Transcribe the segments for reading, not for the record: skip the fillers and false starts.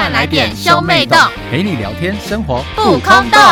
快来点兄妹洞， 陪你聊天，生活不空洞。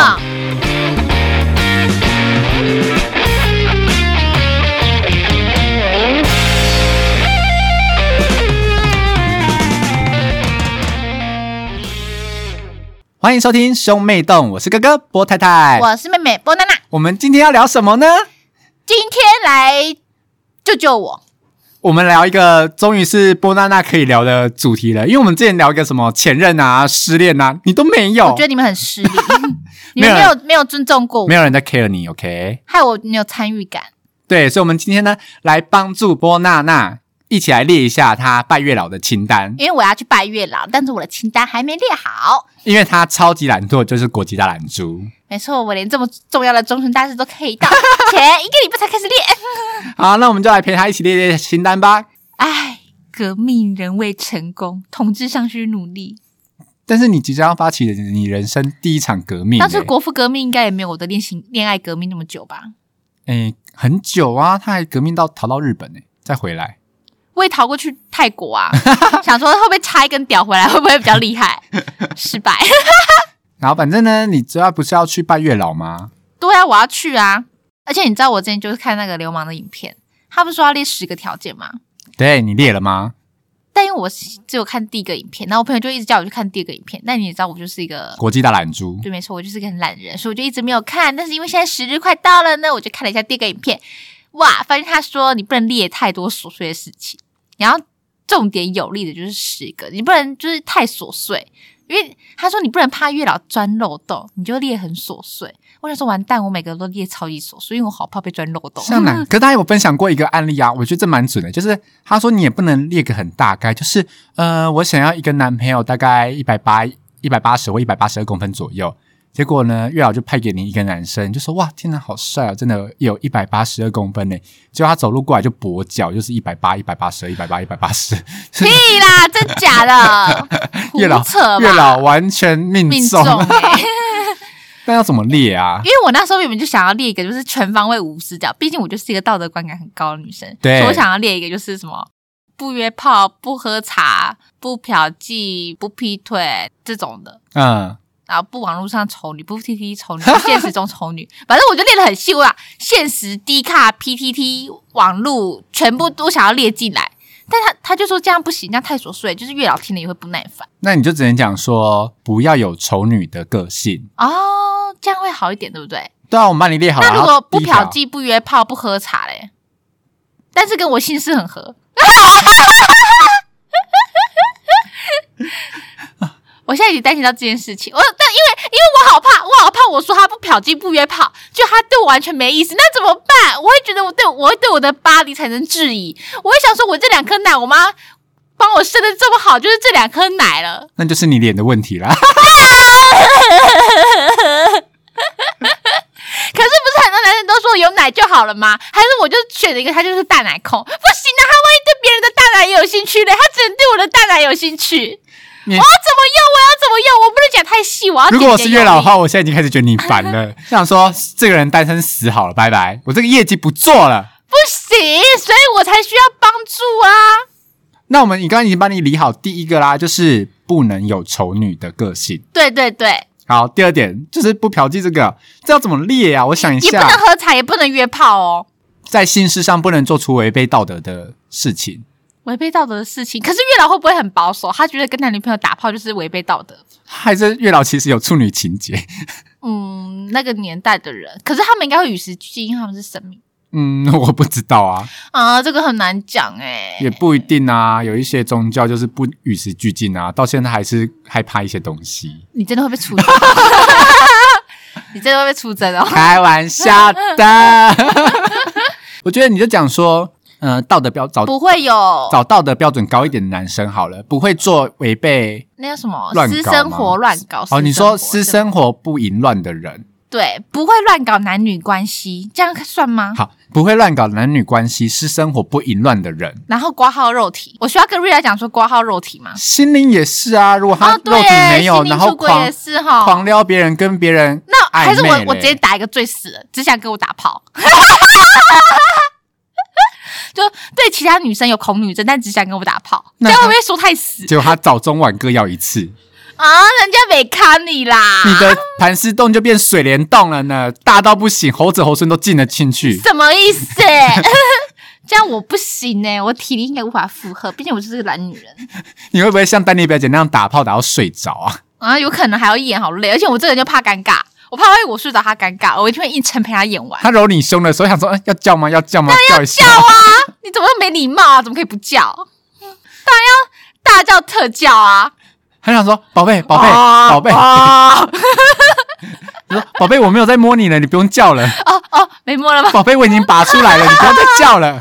欢迎收听兄妹洞，我是哥哥波太太， 我是妹妹波娜娜。 我们今天要聊什么呢？ 今天来救救我。 我们聊一个终于是波娜娜可以聊的主题了，因为我们之前聊一个什么前任啊、失恋啊，你都没有。 我觉得你们很失礼，你们没有尊重过我， 没有人在 care 你 ，OK？ 害我没有参与感。 对，所以我们今天呢，来帮助波娜娜一起来列一下她拜月老的清单。 因为我要去拜月老，但是我的清单还没列好。 因为她超级懒惰，就是国际大懒猪。 没错，我连这么重要的终身大事都可以到前一个礼拜才开始列。 好，那我们就来陪她一起列列清单吧。 唉，革命仍未成功，统治尚需努力。 但是你即将要发起你人生第一场革命， 当时国父革命应该也没有我的恋爱革命那么久吧？ 很久啊，他还革命到逃到日本再回来。 我也逃过去泰国啊，想说会不会插一根屌回来，会不会比较厉害？失败。 然后反正呢，你主要不是要去拜月老吗？ 对啊，我要去啊！而且你知道我之前就是看那个流氓的影片，他不是说要列10个条件吗？ 对，你列了吗？ 但因为我只有看第一个影片，然后我朋友就一直叫我去看第二个影片。但你也知道我就是一个国际大懒猪， 对，没错，我就是一个很懒人，所以我就一直没有看。但是因为现在10日快到了呢，我就看了一下第二个影片，哇，发现他说你不能列太多琐碎的事情，然后重点有力的就是10个，你不能就是太琐碎。因为他说你不能怕月老钻漏洞，你就列很琐碎。我想说完蛋，我每个都列超级琐碎，因为我好怕被钻漏洞。 像可是他有分享过一个案例啊，我觉得这蛮准的，就是他说你也不能列个很大概，就是我想要一个男朋友大概180或182公分左右。结果呢，月老就派给你一个男生，就说哇，天哪，好帅哦，真的有182公分呢。结果他走路过来就跛脚，就是180、182、180、180。 屁啦，真假的？ 月老完全命中。那要怎么列啊？ 因为我那时候原本就想要列一个，就是全方位无死角。毕竟我就是一个道德观感很高的女生， 对， 所以我想要列一个，就是什么不约炮、不喝茶、不嫖妓、不劈腿这种的。然后不网络上丑女，不 TT 丑女，不现实中丑女，反正我就列得很细啊，现实、D 卡、PTT、网络全部都想要列进来。但他就说这样不行，这样太琐碎，就是月老听了也会不耐烦。 那你就只能讲说不要有丑女的个性哦，这样会好一点，对不对？ 对啊，我们帮你列好了。 那如果不嫖妓、不约炮、不喝茶嘞，但是跟我姓氏很合。我现在已经担心到这件事情，但因为我好怕我说他不嫖妓不约炮，就他对我完全没意思，那怎么办？我会觉得我会对我的巴黎产生质疑，我会想说我这2颗奶，我妈帮我生的这么好，就是这2颗奶了， 那就是你脸的问题啦。可是不是很多男生都说有奶就好了吗？还是我就选了一个他就是大奶控？不行啊，他万一对别人的大奶也有兴趣嘞，他只能对我的大奶有兴趣。我要怎么用？我不能讲太细，我要如果我是月老的话，我现在已经开始觉得你烦了，想说这个人单身死好了，拜拜，我这个业绩不做了。 不行，所以我才需要帮助啊。 那你刚刚已经帮你理好第一个啦，就是不能有丑女的个性。 对对对。 好，第2点就是不嫖妓，这要怎么列啊？我想一下， 也不能喝茶，也不能约炮哦， 在性事上不能做出违背道德的事情。 违背道德的事情，可是月老会不会很保守？他觉得跟男女朋友打炮就是违背道德？ 还是月老其实有处女情节？ 那个年代的人，可是他们应该会与时俱进，因为他们是神明。 我不知道啊。 这个很难讲也不一定啊。有一些宗教就是不与时俱进啊，到现在还是害怕一些东西。 你真的会被出征？你真的会被出征哦？ 开玩笑的。我觉得你就讲说。道德不会有找道德标准高一点的男生好了，不会做违背那叫什么私生活乱搞。 你说私生活不淫乱的人， 对，不会乱搞男女关系，这样算吗？ 好，不会乱搞男女关系，私生活不淫乱的人， 然后挂号肉体，我需要跟瑞拉讲说挂号肉体吗？ 心灵也是啊，如果他肉体没有，然后狂撩别人，跟别人那还是我直接打一个最死的，只想跟我打炮。就对其他女生有恐女症，但只想跟我打炮，这样会不会说太死？ 结果他早中晚各要1次。 啊，人家没看你啦， 你的盘丝洞就变水帘洞了呢，大到不行，猴子猴孙都进得进去。 什么意思？这样我不行欸，我体力应该无法负荷，毕竟我就是个懒女人。 你会不会像丹妮表姐那样打炮打到睡着啊？ 啊，有可能还要演，好累，而且我这个人就怕尴尬，我怕我睡着他尴尬，我一定会硬撑陪他演完。 他揉你胸的时候想说，要叫吗？要叫吗？叫一下叫啊！你怎么那么没礼貌啊？怎么可以不叫？当然要大叫特叫啊！ 他想说，宝贝，宝贝，宝贝。你说，宝贝，我没有在摸你了，你不用叫了。 哦，没摸了吗？ 宝贝，我已经拔出来了，你不要再叫了。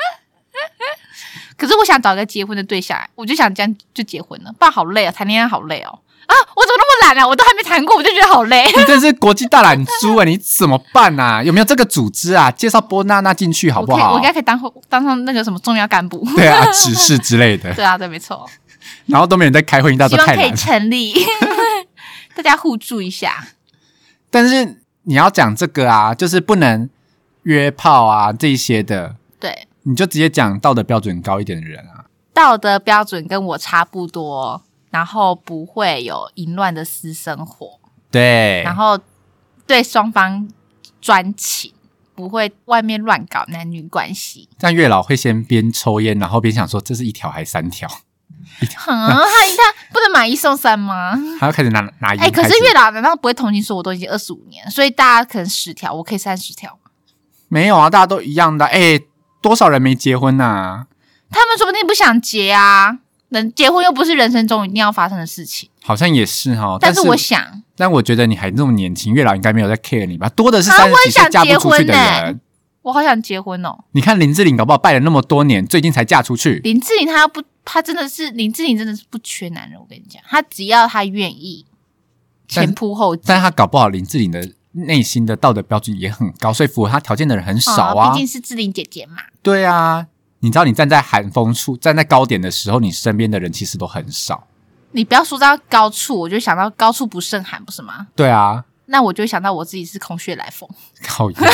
可是我想找一个结婚的对象，我就想这样就结婚了，不然好累啊，谈恋爱好累哦。啊，我怎么那么懒啊？我都还没谈过，我就觉得好累。 你真是国际大懒猪啊！你怎么办啊？有没有这个组织啊？介绍波娜娜进去好不好？ 我应该可以当上那个什么重要干部。 对啊，指示之类的。 对啊，对，没错。 然后都没人在开会，大家都太懒了。 希望可以成立，大家互助一下。 但是你要讲这个啊，就是不能约炮啊这一些的。 对， 你就直接讲道德标准高一点的人啊。 道德标准跟我差不多，然后不会有淫乱的私生活。 对， 然后对双方专情，不会外面乱搞男女关系。 这样月老会先边抽烟，然后边想说这是1条还是3条？ 他不能买1送3吗？ 还要开始拿烟。 可是月老难道不会同情说我都已经25年，所以大家可能10条，我可以30条？ 没有啊，大家都一样的。多少人没结婚啊？ 他们说不定不想结啊。结婚又不是人生中一定要发生的事情。 好像也是齁。 但是我想， 但我觉得你还那么年轻，月老应该没有在 care 你吧？多的是30几岁嫁不出去的人。 我好想结婚哦！ 你看林志玲搞不好拜了那么多年，最近才嫁出去。 林志玲林志玲真的是不缺男人，我跟你讲，她只要她愿意，前仆后继。 但她搞不好林志玲的内心的道德标准也很高，所以符合她条件的人很少啊。 毕竟是志玲姐姐嘛。 对啊，你知道你站在寒风处，站在高点的时候，你身边的人其实都很少。 你不要说到高处，我就想到高处不胜寒，不是吗？ 对啊， 那我就会想到我自己是空穴来风。 靠腰。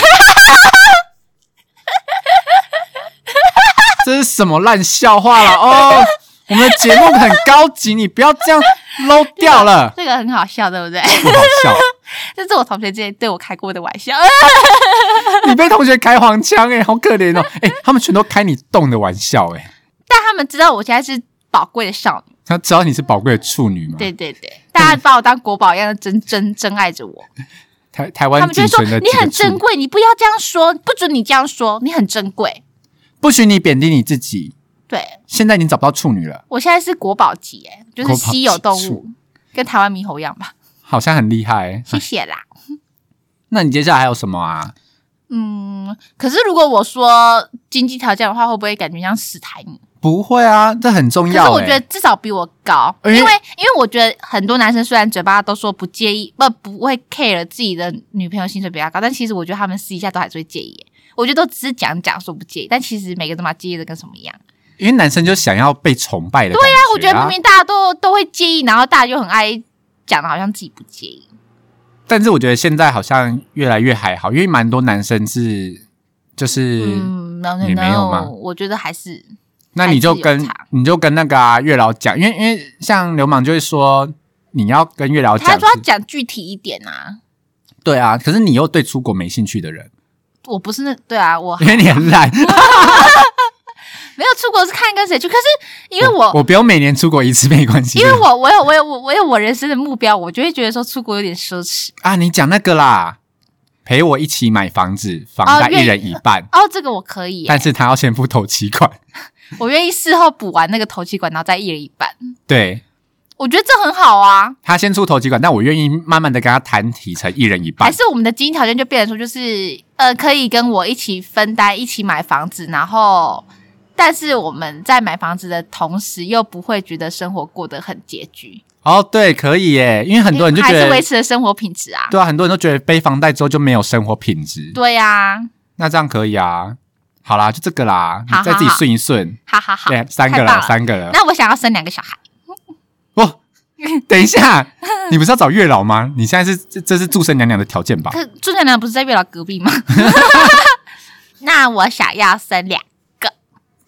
这是什么烂笑话了哦？我们的节目很高级，你不要这样 low 掉了。 这个很好笑，对不对？ 不好笑。 这是我同学之前对我开过的玩笑。 你被同学开黄腔好可怜哦。他们全都开你动的玩笑但他们知道我现在是宝贵的少女。 他知道你是宝贵的处女吗？ 对对对，大家把我当国宝一样的真爱着我。 台湾仅存的他们就会说你很珍贵，你不要这样说，不准你这样说，你很珍贵。 不许你贬低你自己。 对， 现在已经找不到处女了。 我现在是国宝级就是稀有动物，跟台湾猕猴一样吧。 好像很厉害谢谢啦。 那你接下来还有什么啊？ 可是如果我说经济条件的话，会不会感觉像死台女？ 不会啊，这很重要。 可是我觉得至少比我高，因为我觉得很多男生虽然嘴巴都说不介意，不会 care 自己的女朋友薪水比较高，但其实我觉得他们私底下都还是会介意。我觉得都只是讲说不介意，但其实每个都嘛介意的跟什么一样。因为男生就想要被崇拜的感觉。 对啊，我觉得明明大家都会介意，然后大家就很爱讲的好像自己不介意。 但是我觉得现在好像越来越还好，因为蛮多男生是就是你没有吗？ 我觉得还是。 那你就跟那个月老讲，因为像流氓就会说你要跟月老讲， 他说要讲具体一点啊。 对啊，可是你又对出国没兴趣的人。 我不是对啊， 因为你很懒。 没有出国是看跟谁去，可是因为我不用每年出国一次没关系， 因为我有我人生的目标，我就会觉得说出国有点奢侈啊。你讲那个啦，陪我一起买房子，房贷1人1半。 这个我可以但是他要先付头期款。 我愿意事后补完那个头期款，然后再1人1半。 对， 我觉得这很好啊。 他先出头期款，但我愿意慢慢的跟他谈提成1人1半。 还是我们的经济条件就变成说，就是可以跟我一起分担，一起买房子，然后但是我们在买房子的同时，又不会觉得生活过得很拮据。 对，可以耶，因为很多人就觉得还是维持了生活品质啊。 对啊，很多人都觉得背房贷之后就没有生活品质。 对啊， 那这样可以啊。好啦，就这个啦， 好你再自己顺一顺。 好好好， 对，3个了，3个了。 那我想要生2个小孩。 等一下，你不是要找月老吗？你现在这是祝生娘娘的条件吧？ 可祝生娘娘不是在月老隔壁吗？那我想要生2个。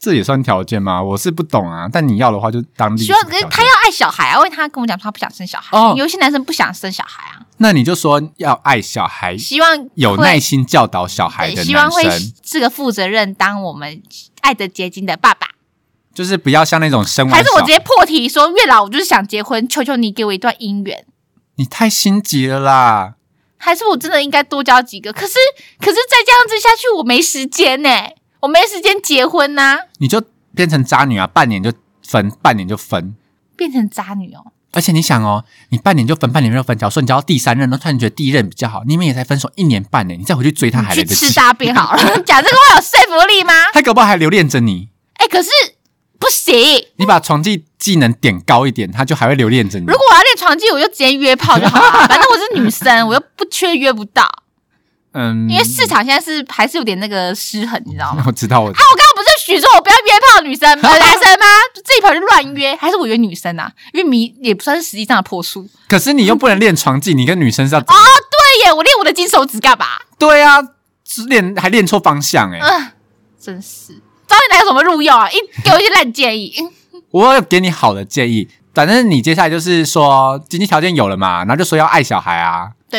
这也算条件吗？我是不懂啊，但你要的话就当例子。 希望他要爱小孩啊，因为他跟我讲他不想生小孩。有些男生不想生小孩啊。 那你就说要爱小孩， 希望有耐心教导小孩的男生， 希望会是个负责任，当我们爱的结晶的爸爸。 就是不要像那种生完还是我直接破题说，月老我就是想结婚，求求你给我一段姻缘。 你太心急了啦！ 还是我真的应该多交几个？可是再这样子下去，我没时间呢，我没时间结婚啊。 你就变成渣女啊！半年就分， 变成渣女哦。 而且你想哦，你半年就分，假如说你交到第3任，然后突然觉得第一任比较好，你们也才分手1年半呢，你再回去追他还来得及。 去吃大便好了，讲这个话有说服力吗？ 他搞不好还留恋着你。 可是不行， 你把床技能点高一点，他就还会留恋着你。 如果我要练床技，我就直接约炮就好了。反正我是女生，我又不缺约不到。因为市场现在还是有点那个失衡，你知道吗？ 我知道。 我刚刚不是许说我不要约炮的女生男生吗？就自己跑去乱约，还是我约女生啊？因为迷也不算是实际上的破处。 可是你又不能练床技，你跟女生是要怎么？ 对耶，我练我的金手指干嘛？ 对啊，还练错方向真是。找你来有什么入用啊？给我一些烂建议。 我有给你好的建议，反正你接下来就是说经济条件有了嘛，然后就说要爱小孩啊。 对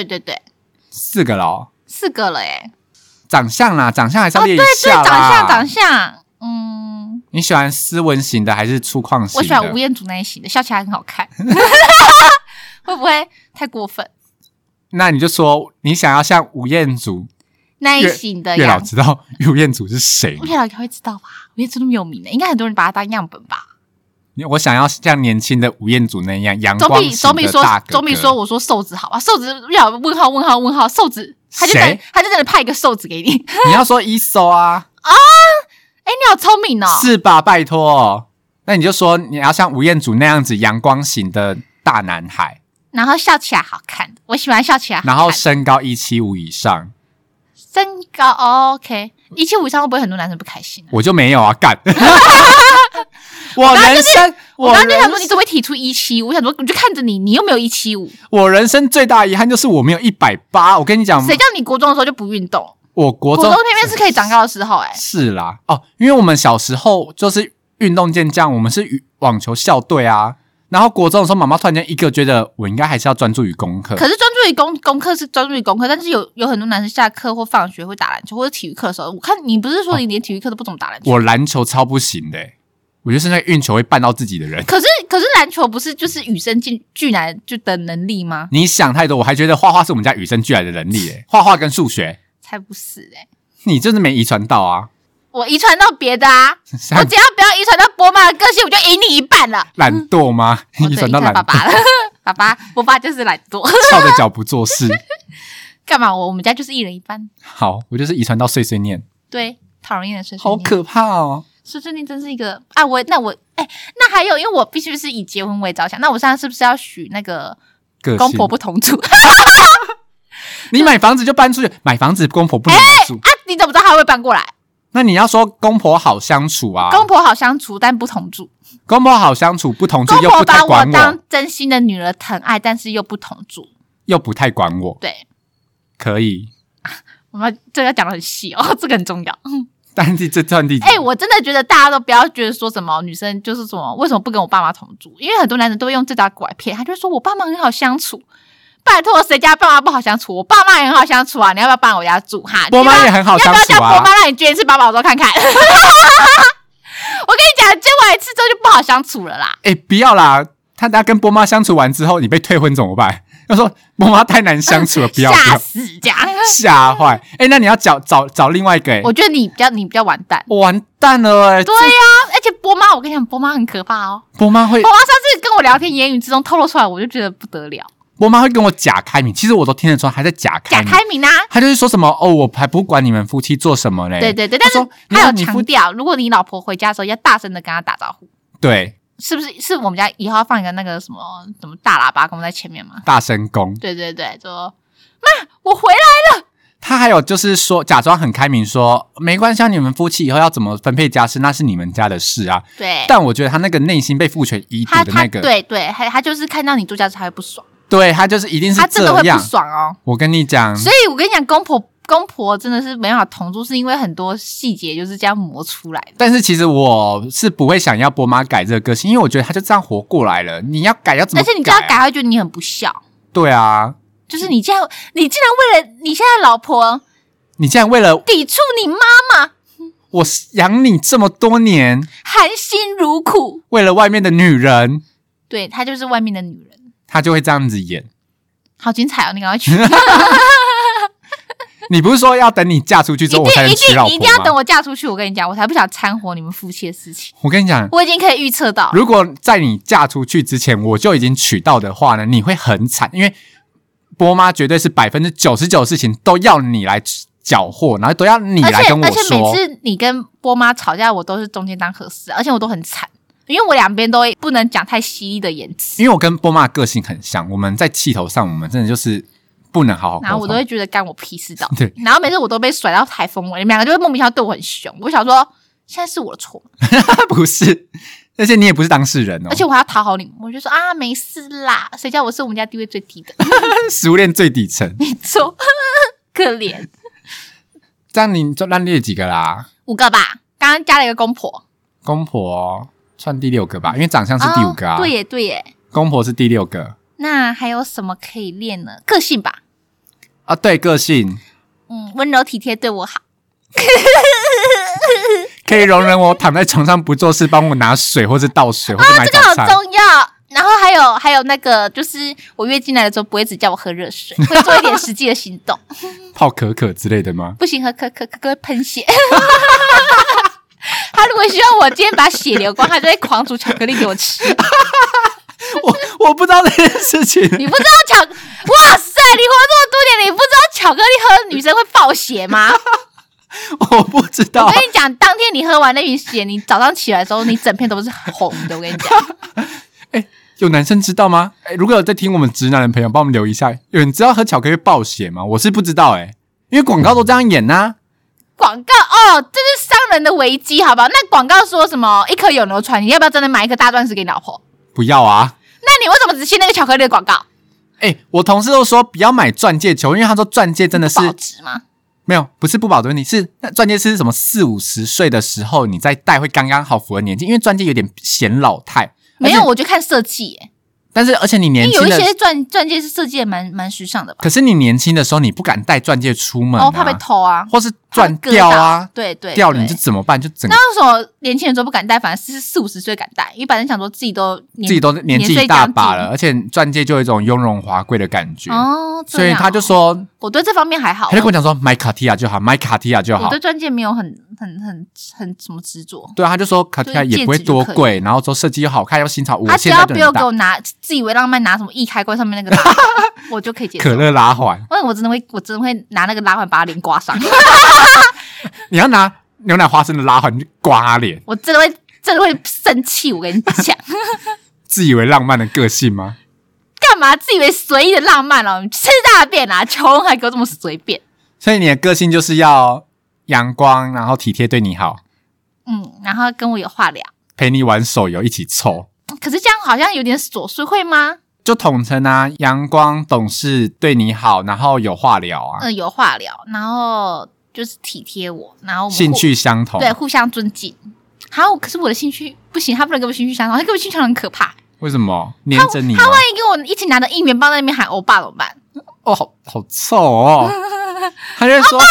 ，4个咯。 4个了耶。 长相啦，长相还是要列一下啦。 对，长相。 你喜欢斯文型的还是粗犷型的？ 我喜欢吴彦祖那一型的，笑起来很好看。会不会太过分？ 那你就说你想要像吴彦祖那一型的。 月老知道吴彦祖是谁？ 月老应该会知道吧？吴彦祖那么有名的，应该很多人把他当样本吧？ 我想要像年轻的吴彦祖那样阳光型的大哥哥。 总比说我说瘦子好吧？瘦子月老问号瘦子，他就在那里派一个瘦子给你。 你要说ESO啊？ 你好聪明哦！ 是吧？拜托，那你就说你要像吴彦祖那样子阳光型的大男孩， 然后笑起来好看，我喜欢笑起来好看， 然后身高175以上。 身高OK，175以上会不会很多男生不开心？ 我就没有啊，干！我刚就想说你怎么会提出175？我想说，我就看着你又没有175。 我人生最大遗憾就是我没有180。我跟你讲， 谁叫你国中的时候就不运动？ 我国中偏偏是可以长高的时候是啦，因为我们小时候就是运动健将，我们是网球校队啊。然后国中的时候，妈妈突然间一个觉得我应该还是要专注于功课。 可是专注于功课是专注于功课，但是有很多男生下课或放学会打篮球或者体育课的时候，我看你不是说你连体育课都不怎么打篮球？ 我篮球超不行的我就是那个运球会绊到自己的人。 可是篮球不是就是与生俱来就的能力吗？ 你想太多，我还觉得画画是我们家与生俱来的能力画画跟数学才不是你真的没遗传到啊。 我遗传到别的啊，我只要不要遗传到波妈的个性，我就赢你一半了。 懒惰吗？遗传到懒惰。 爸爸，我爸就是懒惰， 翘着脚不做事。 干嘛？我们家就是一人一半。 好，我就是遗传到碎碎念。 对，讨人厌的碎碎念，好可怕哦！ 碎碎念真是一个那还有，因为我必须是以结婚为着想，那我现在是不是要许那个公婆不同住？ 你买房子就搬出去，买房子公婆不能住你怎么知道他会搬过来？ 那你要说公婆好相处啊， 公婆好相处但不同住， 公婆好相处不同住，又不太管公婆把我当真心的女儿疼爱，但是又不同住， 又不太管我。 对， 可以。 我们这个讲得很细这个很重要。 但是这段地我真的觉得大家都不要觉得说什么女生就是什么为什么不跟我爸妈同住，因为很多男生都会用这招拐骗，他就说我爸妈很好相处。拜托，谁家爸妈不好相处？我爸妈也很好相处啊！你要不要搬我家住哈？ 波妈也很好相处啊！ 要不要叫波妈让你捐一次八宝粥看看？我跟你讲，捐完一次之后就不好相处了啦。 不要啦！他等下跟波妈相处完之后，你被退婚怎么办？要说波妈太难相处了，不要吓死这样， 吓坏！那你要找另外一个我觉得你比较完蛋， 完蛋了对呀，而且波妈，我跟你讲，波妈很可怕哦。 波妈上次跟我聊天，言语之中透露出来，我就觉得不得了。 波妈会跟我假开明，其实我都听得出来，还在假开明啊！ 他就是说什么我还不管你们夫妻做什么嘞。 对，但是他有强调，如果你老婆回家的时候要大声的跟她打招呼。 对， 是不是？是我们家以后要放一个那个什么大喇叭公在前面吗？ 大声公。 对，说妈，我回来了。 他还有就是说假装很开明说没关系，你们夫妻以后要怎么分配家事那是你们家的事啊。 对， 但我觉得他那个内心被父权遗毒的那个， 对，他就是看到你做家事他会不爽。 对，他就是一定是这样， 他真的会不爽哦。 我跟你讲， 所以我跟你讲，公婆公婆真的是没办法同住，是因为很多细节就是这样磨出来的。 但是其实我是不会想要波妈改这个个性，因为我觉得她就这样活过来了，你要改要怎么改、啊？ 而且你叫她改，她会觉得你很不孝。 对啊， 就是你竟然为了你现在老婆， 你竟然为了抵触你妈妈， 我养你这么多年， 含辛茹苦， 为了外面的女人， 对，她就是外面的女人， 她就会这样子演， 好精彩哦！你赶快去。 你不是说要等你嫁出去之后我才能娶老婆吗？ 一定要等我嫁出去，我跟你讲，我才不想掺和你们夫妻的事情。 我跟你讲， 我已经可以预测到， 如果在你嫁出去之前我就已经娶到的话呢，你会很惨，因为波妈绝对是99%的事情都要你来缴获，然后都要你来跟我说。 而且每次你跟波妈吵架，我都是中间当和事，而且我都很惨，因为我两边都不能讲太犀利的言辞。 因为我跟波妈的个性很像，我们在气头上，我们真的就是不能好好沟通， 然后我都会觉得干我屁事的。 对， 然后每次我都被甩到台风尾，你们两个就会莫名其妙对我很凶。我想说，现在是我的错吗？ 不是，而且你也不是当事人哦， 而且我还要讨好你们，我就说啊，没事啦，谁叫我是我们家地位最低的， 食物链最底层， 没错，可怜。 这样你就烂列几个啦 ？5个吧，刚刚加了一个公婆， 公婆算第6个吧，因为长相是第5个啊。 对耶，对耶， 公婆是第6个。 那还有什么可以练呢？个性吧。 啊，对，个性， 温柔体贴，对我好， 可以容忍我躺在床上不做事，帮我拿水或是倒水或者买早餐。 这个好重要。然后还有那个，就是我月经来的时候不会只叫我喝热水，会做一点实际的行动， 泡可可之类的吗？ 不行，喝可会喷血。他如果希望我今天把血流光，他就会狂煮巧克力给我吃。 我不知道这件事情， 你不知道哇塞，你活这么多年，你不知道巧克力喝女生会爆血吗？ 我不知道。 我跟你讲，当天你喝完那瓶血，你早上起来的时候，你整片都是红的。我跟你讲， 有男生知道吗？如果有在听我们直男的朋友，帮我们留一下，有人知道喝巧克力会爆血吗？我是不知道因为广告都这样演啊。 广告这是商人的危机，好不好？那广告说什么一颗永流传，你要不要真的买一颗大钻石给你老婆？ 不要啊。 那你为什么只信那个巧克力的广告？ 我同事都说不要买钻戒球，因为他说钻戒真的是不保值吗？ 没有，不是不保的问题，是那钻戒是什么40-50岁的时候你再戴会刚刚好符合年纪，因为钻戒有点显老态。 没有，我就看设计但是而且你年轻的有一些钻戒是设计的蛮时尚的吧？ 可是你年轻的时候你不敢戴钻戒出门怕被偷啊， 或是钻掉啊， 对， 掉了你就怎么办？就整个。 那为什么年轻人都不敢戴，反而是40-50岁敢戴？因为反正想说自己都年纪一大把了，而且钻戒就有一种雍容华贵的感觉所以他就说， 我对这方面还好， 他就跟我讲说买卡地亚就好，买卡地亚就好。 我对钻戒没有很什么执着。 对啊，他就说卡地亚也不会多贵，然后说设计又好看又新潮， 他只要不要给我拿自以为浪漫拿什么易开关上面那个拉环，我就可以接受。 可乐拉环， 我真的会拿那个拉环把他脸刮伤。 你要拿牛奶花生的拉环去刮他脸， 我真的会生气。我跟你讲， 自以为浪漫的个性吗？ 干嘛自以为随意的浪漫哦？吃大便啊！求人还给我这么随便。 所以你的个性就是要阳光，然后体贴，对你好。 然后跟我有话聊， 陪你玩手游，一起凑。 可是这样好像有点琐碎，会吗？ 就统称啊，阳光、懂事、对你好，然后有话聊啊。 有话聊，然后就是体贴我，然后我们兴趣相同， 对，互相尊敬。好，可是我的兴趣不行，他不能跟我兴趣相同，他跟我兴趣很可怕。 为什么？黏着你吗？ 他万一跟我一起拿着应援棒在那边喊欧巴怎么办？ 好臭哦！他就会说，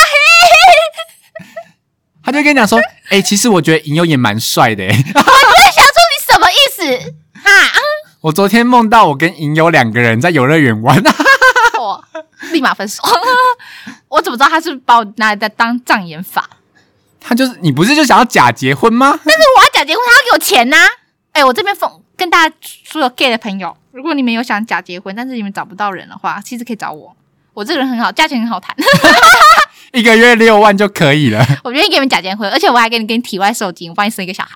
他就跟你讲说，其实我觉得银优也蛮帅的。我就想说你什么意思？ 我昨天梦到我跟银优2个人在游乐园玩， 我立马分手。我怎么知道他是把我拿来当障眼法？ 他就是你不是就想要假结婚吗？ 但是我要假结婚，他要给我钱啊！我这边跟大家所有 gay 的朋友，如果你们有想假结婚，但是你们找不到人的话，其实可以找我。我这个人很好，价钱很好谈。 1个月6万就可以了。 我愿意给你们假结婚，而且我还给你体外受精，我帮你生一个小孩。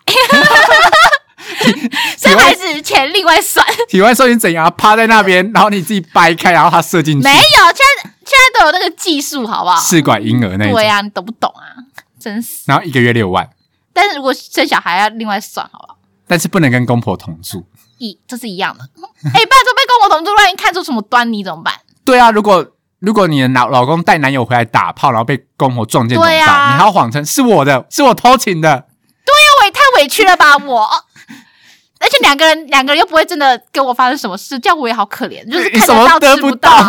生孩子钱另外算。 体外受精怎样？趴在那边，然后你自己掰开，然后他射进去。 没有，现在都有那个技术，好不好？ 试管婴儿那种。 对啊，你懂不懂啊？真是。 然后1个月6万， 但是如果生小孩要另外算，好不好？ 但是不能跟公婆同住。 这是一样的。不然说被公婆同住，让人看出什么端倪怎么办？ 对啊，如果如果你的老公带男友回来打炮，然后被公婆撞见怎么办？ 对啊你还要谎称是我的，是我偷情的。 那我也太委屈了吧我。而且两个人又不会真的跟我发生什么事，这样我也好可怜，就是看得到吃不到。我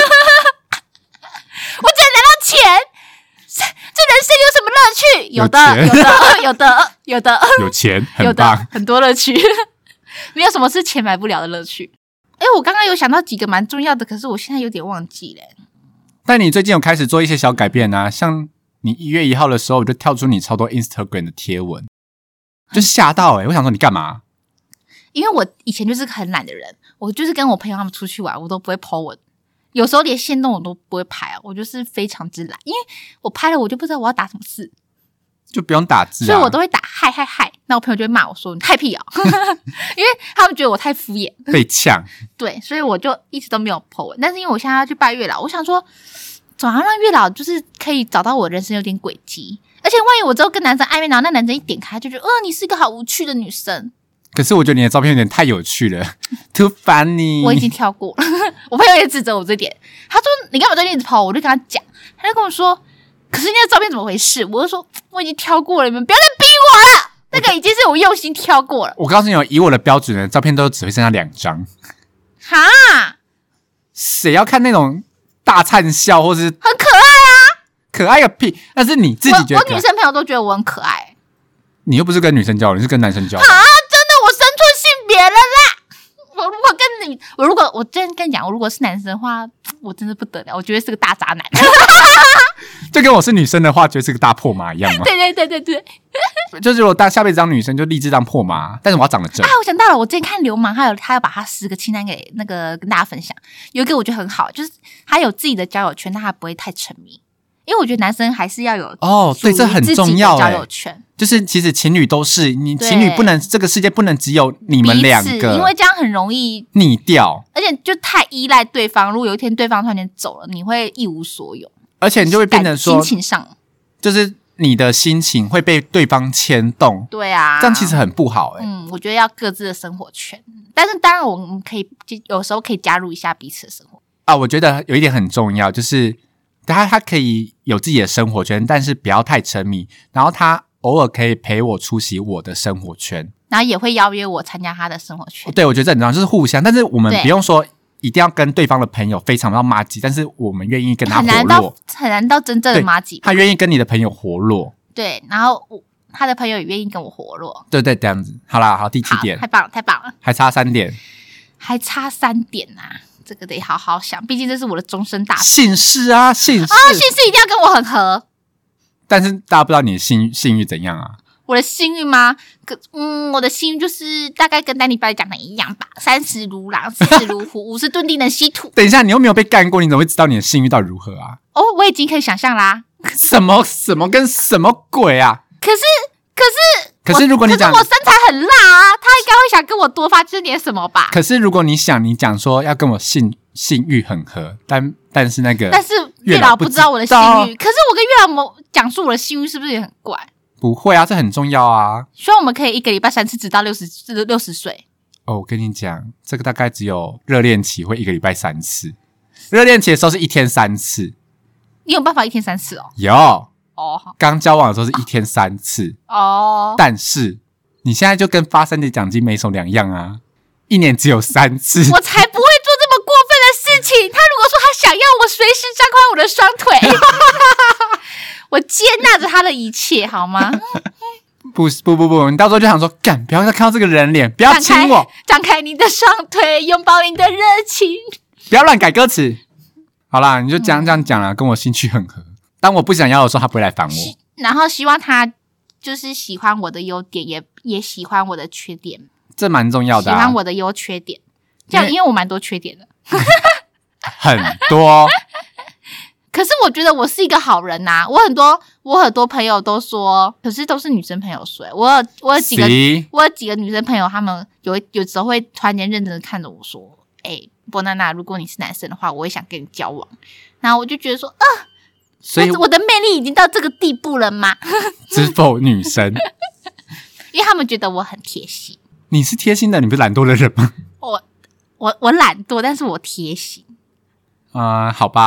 只能拿到钱，这人生有什么乐趣？有的， 有钱有很棒的，很多乐趣，没有什么是钱买不了的乐趣。我刚刚有想到几个蛮重要的，可是我现在有点忘记了。 但你最近有开始做一些小改变啊，像你1月1号的时候，我就跳出你超多 Instagram 的贴文，就吓到我想说你干嘛？ 因为我以前就是个很懒的人，我就是跟我朋友他们出去玩，我都不会 po 文，有时候连限动我都不会拍啊，我就是非常之懒，因为我拍了我就不知道我要打什么字， 就不用打字啊， 所以我都会打嗨嗨嗨，那我朋友就会骂我说你太屁因为他们觉得我太敷衍， 被呛。 对，所以我就一直都没有 po 文。但是因为我现在要去拜月老，我想说总要让月老就是可以找到我人生有点轨迹，而且万一我之后跟男生暧昧，然后那男生一点开就觉得你是一个好无趣的女生。 可是我觉得你的照片有点太有趣了 ，too funny。 我已经跳过了，我朋友也指责我这点，他说你干嘛最近一直跑？我就跟他讲，他就跟我说，可是那个照片怎么回事？我就说我已经挑过了，你们不要再逼我了，那个已经是我用心挑过了。 我告诉你，以我的标准呢，照片都只会剩下2张。 哈， 谁要看那种大灿笑或是很可爱啊？ 可爱个屁！那是你自己觉得我女生朋友都觉得我很可爱。 你又不是跟女生交往，你是跟男生交往。 啊，真的，我生错性别了啦！我真跟你讲，我如果是男生的话，我真的不得了，我觉得是个大渣男。 就跟我是女生的话，觉得是个大破马一样嘛。 对， 就是如果下辈子当女生，就立志当破马，但是我要长得正。 我想到了，我之前看流氓，他要把他10个清单给跟大家分享，有一个我觉得很好，就是他有自己的交友圈，但他不会太沉迷。因为我觉得男生还是要有对，这很重要交友圈。 就是其实情侣都是你情侣不能，这个世界不能只有你们2个， 因为这样很容易腻掉， 而且就太依赖对方。如果有一天对方突然间走了，你会一无所有， 而且你就会变成说心情上， 就是你的心情会被对方牵动。 对啊， 这样其实很不好我觉得要各自的生活圈，但是当然我们可以有时候可以加入一下彼此的生活啊。我觉得有一点很重要，就是他可以有自己的生活圈，但是不要太沉迷，然后他偶尔可以陪我出席我的生活圈， 然后也会邀约我参加他的生活圈。 对，我觉得这很重要，就是互相，但是我们不用说一定要跟对方的朋友非常要麻吉，但是我们愿意跟他活络， 很难到真正的麻吉。 他愿意跟你的朋友活络， 对，然后他的朋友也愿意跟我活络， 对，这样子。好啦，好，第7点， 太棒了， 还差3点， 还差3点啊！这个得好好想，毕竟这是我的终身大事。 姓氏啊，姓氏一定要跟我很合。 但是大家不知道你的性欲怎样啊？ 我的幸运吗？我的幸运就是大概跟丹尼表姐讲的一样吧，30如狼，40如虎，50吨地能吸土。 等一下，你又没有被干过，你怎么会知道你的性欲到底如何啊？ 我已经可以想象啦。 什么跟什么鬼啊？可是如果你讲， 可是我身材很辣啊，他应该会想跟我多发点什么吧？ 可是如果你讲说要跟我性欲很合，但是月老不知道我的性欲，可是我跟月老讲述我的性欲是不是也很怪？ 不会啊，这很重要啊。 希望我们可以1个礼拜3次，直到60岁。 我跟你讲，这个大概只有热恋期会1个礼拜3次，热恋期的时候是1天3次。 你有办法1天3次哦？ 有。刚交往的时候是1天3次但是你现在就跟发3节奖金没什么两样啊，1年只有3次。 我才不会做这么过分的事情。他如果说他想要我随时张开我的双腿我接纳着他的一切好吗？ 不，你到时候就想说干，不要再看到这个人脸，不要亲我， 张开你的双腿，拥抱你的热情， 不要乱改歌词。好啦，你就这样讲啦，跟我兴趣很合。当我不想要的时候，他不会来烦我。 然后希望他就是喜欢我的优点，也喜欢我的缺点， 这蛮重要的喜欢我的优缺点。这样，因为我蛮多缺点的， 很多。 可是我觉得我是一个好人呐、我很多朋友都说，可是都是女生朋友说，我有几个女生朋友，她们有时候会突然间认真的看着我说，波娜娜，如果你是男生的话，我也想跟你交往。然后我就觉得说，所以我的魅力已经到这个地步了吗？ 知否女生？ 因为他们觉得我很贴心。 你是贴心的，你不是懒惰的人吗？ 我懒惰，但是我贴心。 好吧。 其实如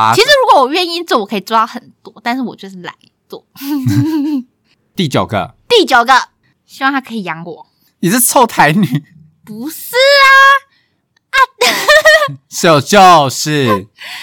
果我愿意做，我可以做到很多，但是我就是懒惰。 第9个， 希望他可以养我。 你是臭台女？ 不是就是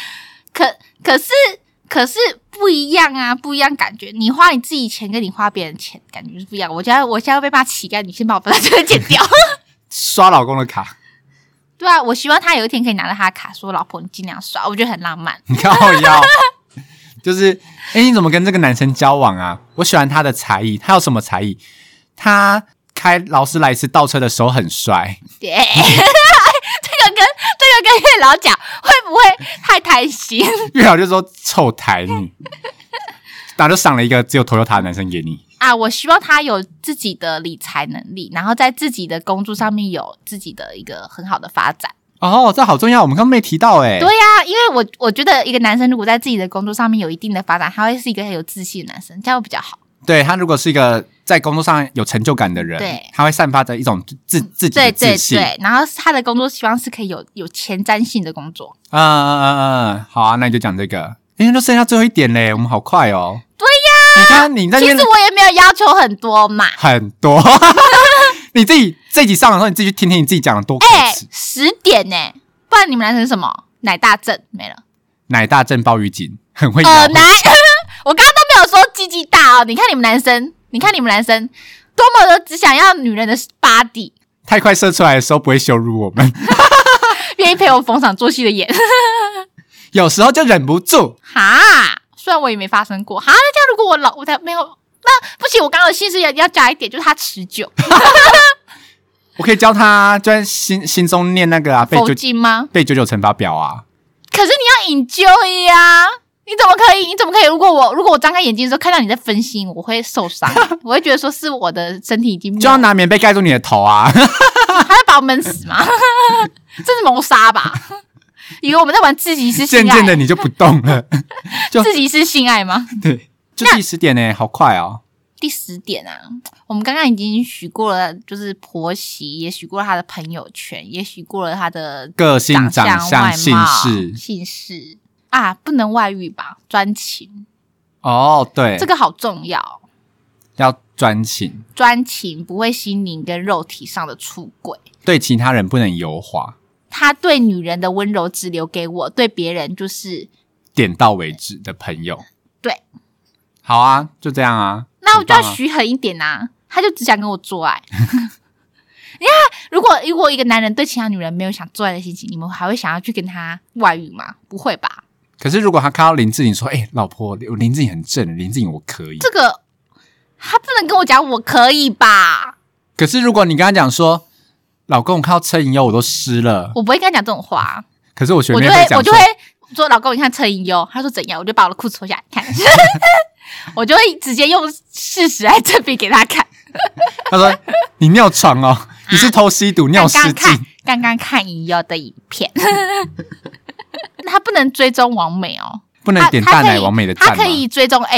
可是不一样啊，不一样感觉。你花你自己钱跟你花别人钱感觉是不一样。我现在会被骂乞丐，你先把我把这个剪掉。 刷老公的卡。 对啊，我希望他有一天可以拿到他的卡，说老婆你尽量刷，我觉得很浪漫。 你靠腰，就是你怎么跟这个男生交往啊？我喜欢他的才艺，他有什么才艺？他开劳斯莱斯倒车的时候很帅。 对，这个跟月老讲会不会太贪心？ 月老就说臭台女，然后就赏了一个只有 Toyota 的男生给你啊！我希望他有自己的理财能力，然后在自己的工作上面有自己的一个很好的发展。 哦，这好重要，我们刚刚没提到哎。 对呀，因为我觉得一个男生如果在自己的工作上面有一定的发展，他会是一个很有自信的男生，这样会比较好。 对，他如果是一个在工作上有成就感的人， 对， 他会散发着一种自己的自信。 对，然后他的工作希望是可以有前瞻性的工作。 好啊，那你就讲这个。就剩下最后一点嘞，我们好快哦。 对呀， 你看你在那边， 其实我也没有要求很多嘛， 很多。你自己这集上的时候，你自己去听听你自己讲的多可耻。 10点呢，不然你们男生是什么？奶大正没了， 奶大正鲍鱼锦很会咬。 我刚刚都没有说鸡鸡大哦，你看你们男生多么的只想要女人的 body， 太快射出来的时候不会羞辱我们， 愿意陪我逢场作戏的演， 有时候就忍不住哈。虽然我也没发生过哈，那这样如果我才没有，那不行，我刚刚的心思要加一点，就是他持久。 我可以教他就在心中念那个佛经吗？ 背99乘法表啊。 可是你要 enjoy 呀。你怎么可以？如果我张开眼睛的时候看到你在分心，我会受伤，我会觉得说是我的身体已经就要拿棉被盖住你的头啊！ 他会把我闷死吗？这是谋杀吧？以为我们在玩自己是性爱， 渐渐的你就不动了， 就自己是性爱吗？ 对，就第10点呢，好快哦。 第10点啊，我们刚刚已经许过了，就是婆媳，也许过了他的朋友圈，也许过了他的个性、长相、 姓氏。啊，不能外遇吧？专情哦，对， 这个好重要， 要专情， 不会心灵跟肉体上的出轨， 对其他人不能油滑。 他对女人的温柔只留给我，对别人就是点到为止的朋友。 对， 好啊，就这样啊。 那我就要许狠一点啊，他就只想跟我做爱。你看，如果一个男人对其他女人没有想做爱的心情，你们还会想要去跟他外遇吗？不会吧。 可是如果他看到林志颖说老婆林志颖很正，林志颖我可以， 这个他不能跟我讲我可以吧。 可是如果你跟他讲说老公我看到车银优我都湿了， 我不会跟他讲这种话。 可是我学妹我就会说老公你看车银优，他说怎样，我就把我的裤子脱下来看。我就会直接用事实来证明给他看。 他说你尿床哦，你是偷吸毒尿失禁。 刚刚看银优的影片。他不能追踪王美哦， 不能点大奶王美的赞吗？ 他可以追踪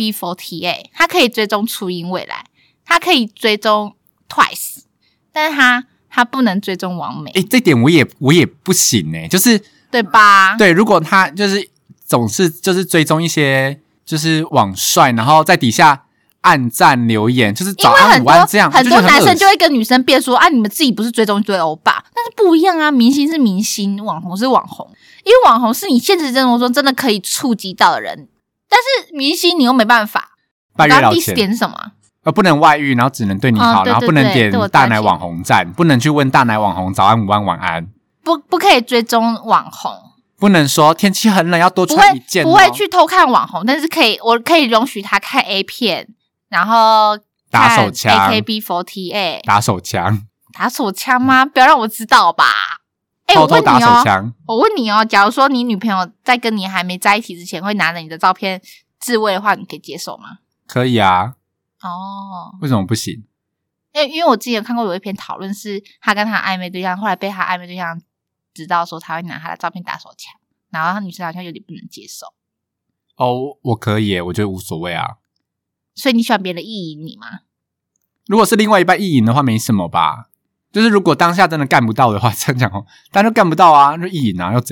AKB48， 他可以追踪初音未来，他可以追踪 Twice， 但是他不能追踪王美。 这点我也不行就是对吧？ 对，如果他就是总是就是追踪一些就是网帅，然后在底下按赞留言，就是早安午安这样， 很多男生就会跟女生辩说你们自己不是追踪一堆欧巴，但是不一样啊，明星是明星，网红是网红，因为网红是你现实生活中真的可以触及到的人，但是明星你又没办法。 拜月老钱。 第10点是什么？ 不能外遇，然后只能对你好，然后不能点大奶网红赞，不能去问大奶网红早安午安晚安， 不可以追踪网红， 不能说天气很冷要多穿一件， 不会去偷看网红，但是我可以容许他看 A 片。然后打手枪 AKB48 打手枪吗？不要让我知道吧。 偷偷打手枪。 我问你哦，假如说你女朋友在跟你还没在一起之前会拿着你的照片自慰的话，你可以接受吗？ 可以啊。 哦， 为什么不行？ 因为我之前有看过有一篇讨论，是他跟他暧昧对象后来被他暧昧对象知道说他会拿他的照片打手枪，然后他女生好像有点不能接受。 我可以我觉得无所谓啊。 所以你喜欢别人意淫你吗？ 如果是另外一半意淫的话没什么吧，就是如果当下真的干不到的话，这样讲但就干不到啊，就意淫啊，又怎样？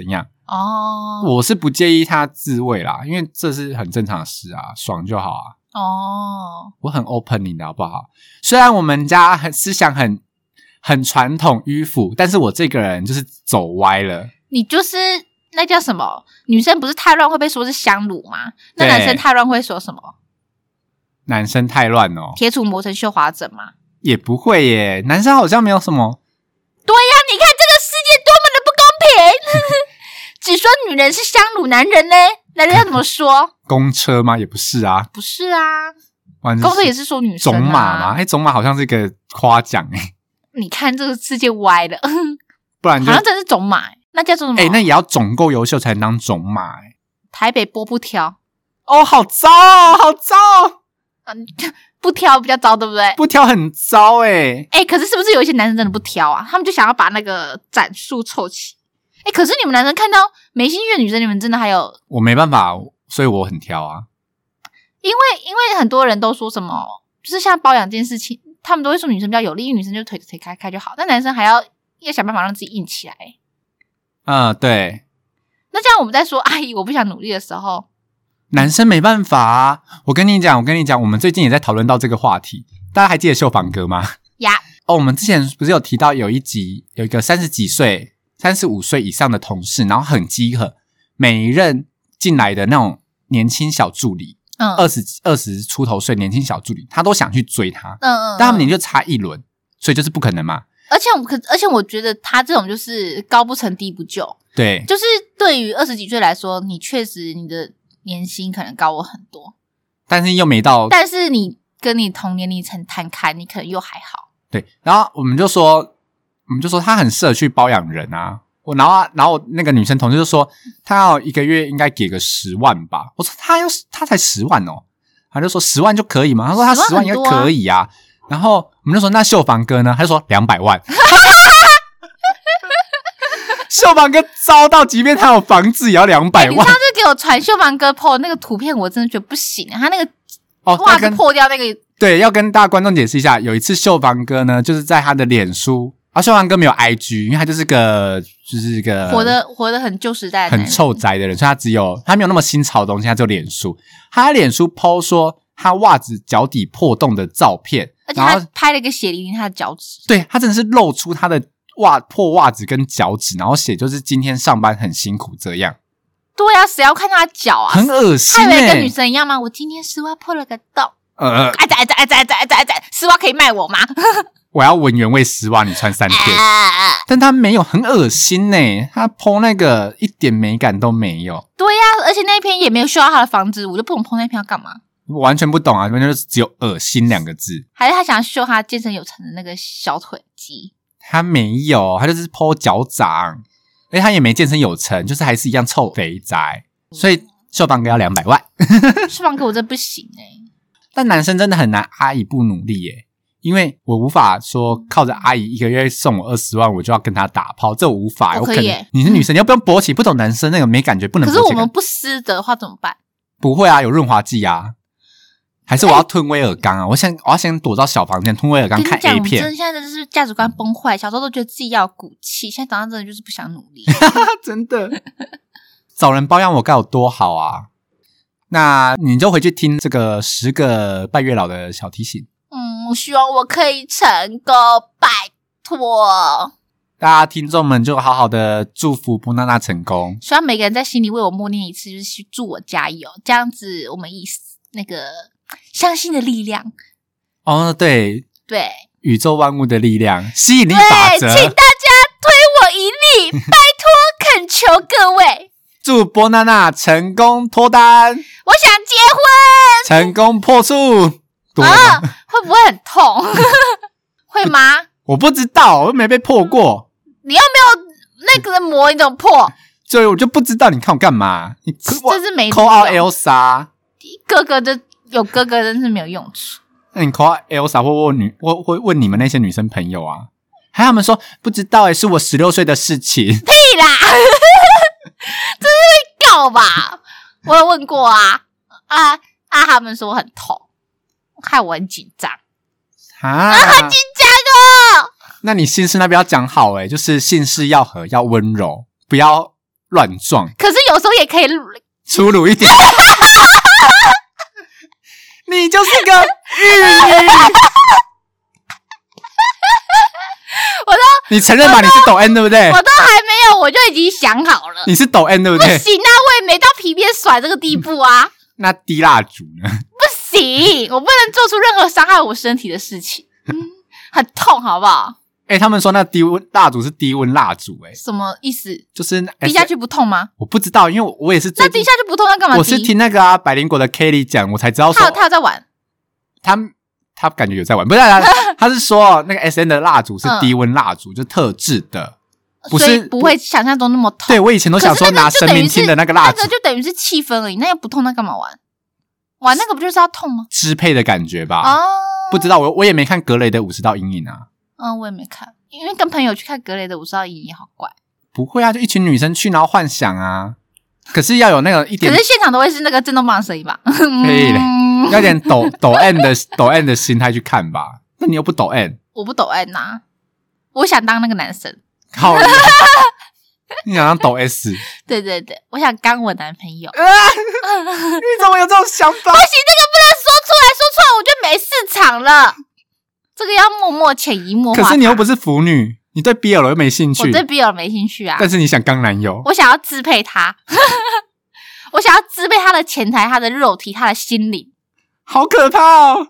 哦我是不介意他自慰啦，因为这是很正常的事啊，爽就好啊。 哦， 我很 opening 的好不好？虽然我们家思想很传统迂腐，但是我这个人就是走歪了。 你就是那叫什么？女生不是太乱会被说是香炉吗？那男生太乱会说什么？ 男生太乱哦， 铁杵磨成绣花针吗？ 也不会耶，男生好像没有什么。 对呀，你看这个世界多么的不公平！只说女人是香炉，男人呢？男人要怎么说？ 公车吗？也不是啊， 不是啊， 公公车也是说女生啊。 种马吗？种马好像是一个夸奖诶。 你看这个世界歪了， 不然就好像真的是种马，那叫做什么？ 那也要种够优秀才能当种马诶。 台北波不挑哦，好糟哦，好糟哦。 不挑比较糟，对不对？ 不挑很糟诶。 可是是不是有一些男生真的不挑啊？他们就想要把那个展数凑齐。可是你们男生看到没兴趣的女生，你们真的还有？我没办法，所以我很挑啊。 因为很多人都说什么，就是像保养这件事情，他们都会说女生比较有力，因为女生就腿开就好，但男生还要想办法让自己硬起来。 对。 那这样我们在说阿姨我不想努力的时候， 男生没办法啊。我跟你讲，我们最近也在讨论到这个话题，大家还记得秀房哥吗？ 呀我们之前不是有提到有一集有一个30几岁、35岁以上的同事，然后很饥渴，每一任进来的那种年轻小助理，20出头岁年轻小助理，他都想去追他，但他们年纪就差一轮，所以就是不可能嘛。 而且我觉得他这种就是高不成低不就， 对， 就是对于20几岁来说，你确实你的年薪可能高我很多，但是又没到，但是你跟你同年龄层摊开，你可能又还好。 对，然后我们就说他很适合去包养人啊。然后那个女生同事就说，他要一个月应该给个10万吧。我说他才10万哦，他就说10万就可以吗？他说他10万应该可以啊。然后我们就说那秀房哥呢？他就说200万。秀房哥糟到，即便他有房子也要200万。 你上次给我传秀房哥 po 那个图片，我真的觉得不行，他那个袜子破掉那个。 对，要跟大家观众解释一下，有一次秀房哥呢，就是在他的脸书，秀房哥没有 IG， 因为他就是个活得很旧时代的很臭宅的人，所以他没有那么新潮的东西，他只有脸书。他在脸书 po 说他袜子脚底破洞的照片， 而且他拍了一个血淋淋他的脚趾。 对，他真的是露出他的破袜子跟脚趾，然后写就是今天上班很辛苦这样。 对啊，谁要看他的脚啊？ 很恶心他以为跟女生一样吗？我今天丝袜破了个洞。丝袜可以卖我吗？ 我要闻原味丝袜，你穿3天。但他没有，很恶心欸，他 po 那个一点美感都没有。 对啊，而且那篇也没有秀到他的房子，我就不懂 po 那篇要干嘛。 我完全不懂啊，完全就只有恶心2个字。 还是他想秀他健身有成的那个小腿肌？ 他没有，他就是 po 脚掌，而且他也没健身有成，就是还是一样臭肥宅。所以秀房哥要200万。 秀房哥我真不行欸。 但男生真的很难，阿姨不努力耶，因为我无法说靠着阿姨一个月送我20万，我就要跟他打炮，这我无法。 我可以耶， 你是女生，你要不用勃起，不懂男生那个没感觉，不能勃起。 可是我们不湿的话怎么办？ 不会啊，有润滑剂啊。还是我要吞威尔刚啊？我要先躲到小房间吞威尔刚看 A 片。 真的现在就是价值观崩坏，小时候都觉得自己要有骨气，现在长大真的就是不想努力。 真的，找人包养我该有多好啊！那你就回去听这个10个拜月老的小提醒。 我希望我可以成功，拜托。 大家听众们就好好的祝福波娜娜成功。 希望每个人在心里为我默念一次，就是祝我加油，这样子我们以那个相信的力量。 对，宇宙万物的力量，吸引力法则。 请大家推我一力，拜托恳求各位。 祝波娜娜成功脱单， 我想结婚，成功破处。 会不会很痛？会吗？ 我不知道，我又没被破过。 你又没有那个膜，你怎么破？ 所以我就不知道，你看我干嘛？你这是没 call out Elsa， 哥哥的有哥哥真是没有用处。 那你 call out Elsa 会问你们那些女生朋友啊？还他们说不知道是我16岁的事情。 屁啦！这是会告吧？我有问过啊，他们说很痛，害我很紧张啊， 很紧张哦。 那你姓氏那边要讲好就是姓氏要和，要温柔，不要乱撞， 可是有时候也可以粗鲁一点。你就是个玉女。你承认吧？你是抖 M 对不对？ 我都还没有，我就已经想好了。 你是抖 M 对不对？ 不行啊，我也没到皮鞭甩这个地步啊。 那滴蜡烛呢？ 不行，我不能做出任何伤害我身体的事情，很痛，好不好？ 他们说那低温蜡烛是低温蜡烛， 什么意思？ 就是滴下去不痛吗？ 我不知道，因为我也是那滴下去不痛，那干嘛滴？ 我是听那个百灵果的 Kelly 讲，我才知道说他有在玩。 他感觉有在玩，不是他是说那个 SN 的蜡烛是低温蜡烛，就特制的，不是不会想象中那么痛。 对，我以前都想说拿生命亲的那个蜡烛， 那个就等于是气氛而已，那又不痛，那干嘛玩？玩那个不就是要痛吗？ 支配的感觉吧？ 哦， 不知道，我也没看格雷的50道阴影啊。 我也没看，因为跟朋友去看格雷的50道阴影也好怪。 不会啊，就一群女生去，然后幻想啊。可是要有那个一点， 可是现场都会是那个震动棒的声音吧？ 可以嘞，要点抖 M 的心态去看吧。那你又不抖 M， 我不抖 M 啊，我想当那个男生。 好，你想当抖 S？ 对对对，我想刚我男朋友。 你怎么有这种想法？ 不行，这个不能说出来，说出来我就没市场了。这个要默默潜移默化。 可是你又不是腐女，你对 BL 又没兴趣。 我对 BL 没兴趣啊。 但是你想刚男友， 我想要支配他，我想要支配他的钱财、他的肉体、他的心灵。 好可怕哦！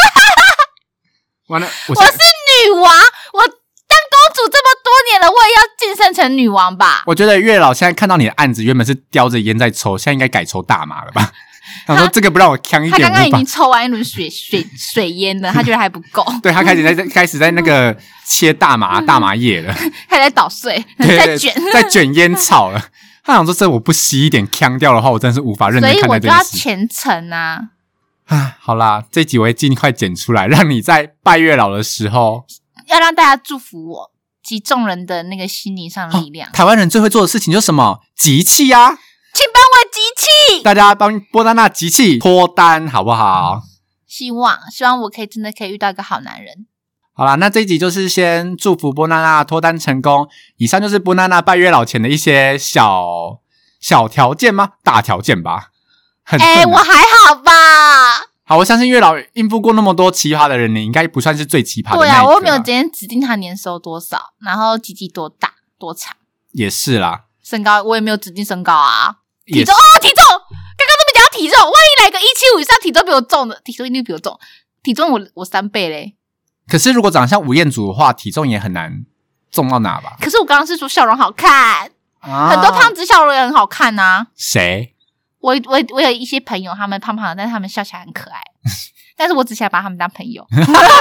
完了，我是女王，我当公主这么多年了，我也要晋升成女王吧？ 我觉得月老现在看到你的案子，原本是叼着烟在抽，现在应该改抽大麻了吧？他说这个不让我呛一点， 他刚刚已经抽完一轮水烟了，他觉得还不够。 对，他开始在那个切大麻叶了， 他在捣碎， 在卷烟草了。他想说这我不吸一点呛掉的话，我真的是无法认真看待这件事。 所以我就要虔诚啊！ 好啦，这集我会尽快剪出来，让你在拜月老的时候， 要让大家祝福我及众人的那个心灵上的力量。 台湾人最会做的事情就是什么？集气啊！ 请帮我集气， 大家帮波娜娜集气脱单好不好？ 希望我真的可以遇到一个好男人。 好啦，那这一集就是先祝福波娜娜脱单成功。以上就是波娜娜拜月老前的一些小条件吗？大条件吧。 我还好吧。 好，我相信月老应付过那么多奇葩的人，你应该不算是最奇葩的那一个。对啊， 我又没有今天指定他年收多少，然后鸡鸡多大多长。也是啦。 身高我也没有指定身高啊。体重，刚刚都没讲到体重，万一来个175以上，体重比我重的，体重一定比我重，体重我3倍嘞。 可是如果长得像吴彦祖的话，体重也很难重到哪吧？ 可是我刚刚是说笑容好看，很多胖子笑容也很好看啊。 谁？ 我有一些朋友，他们胖胖的，但是他们笑起来很可爱，但是我只想把他们当朋友。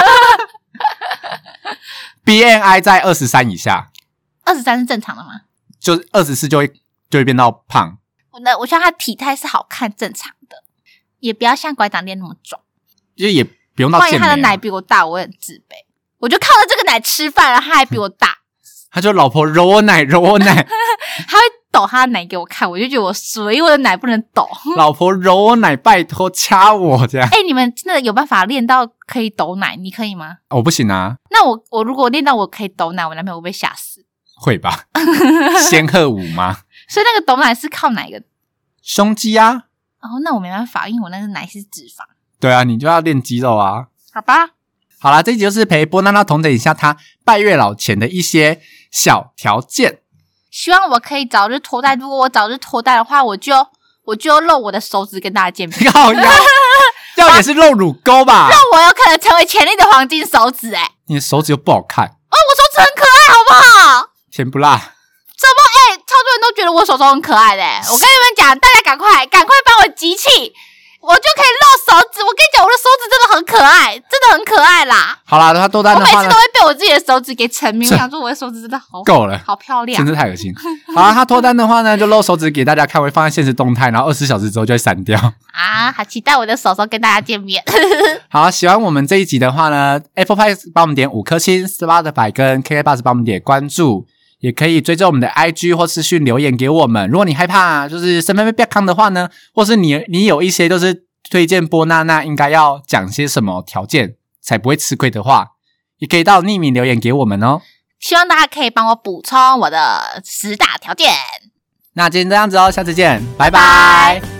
BMI 在23以下 ，23是正常的吗？ 就24就会变到胖。 我希望他体态是好看正常的，也不要像拐杖店那么壮， 就也不用到健美。 万一他的奶比我大，我会很自卑。我就靠着这个奶吃饭，然后他还比我大。 他就老婆揉我奶，他会抖他的奶给我看，我就觉得我衰，因为我的奶不能抖。 老婆揉我奶，拜托掐我这样。 你们真的有办法练到可以抖奶？你可以吗？ 我不行啊。 那我如果练到我可以抖奶，我男朋友会不会吓死？ 会吧。仙鹤舞吗？ 所以那个抖奶是靠哪个？ 胸肌啊。 那我没办法，因为我那个奶是脂肪。 对啊，你就要练肌肉啊。 好吧。 好啦，这集就是陪波娜娜统整一下她拜月老前的一些小条件。 希望我可以早日脱单。如果我早日脱单的话，我就露我的手指跟大家见面。 要也是露乳沟吧？ 让我有可能成为潜力的黄金手指。 你的手指又不好看。 我手指很可爱，好不好？ 甜不辣。 怎么超多人都觉得我手很可爱的。我跟你们讲，大家赶快帮我集气，我就可以露手指。我跟你讲，我的手指真的很可爱，真的很可爱啦。 好啦，他脱单的话呢， 我每次都会被我自己的手指给沉迷。我想说我的手指真的好够了， 好漂亮， 真是太恶心。好啦，他脱单的话呢，就露手指给大家看，会放在限时动态，然后24小时之后就会删掉。 好期待我的手跟大家见面。 好，喜欢我们这一集的话呢 ，Apple Podcast 帮我们点5颗星 ，Spotify 跟 KKBOX 帮我们点关注。也可以追踪我们的 IG 或私讯留言给我们。如果你害怕就是身份被beckham的话呢，或是你有一些就是推荐波娜娜应该要讲些什么条件才不会吃亏的话，也可以到匿名留言给我们哦。 希望大家可以帮我补充我的10大条件。 那今天这样子哦，下次见，拜拜拜。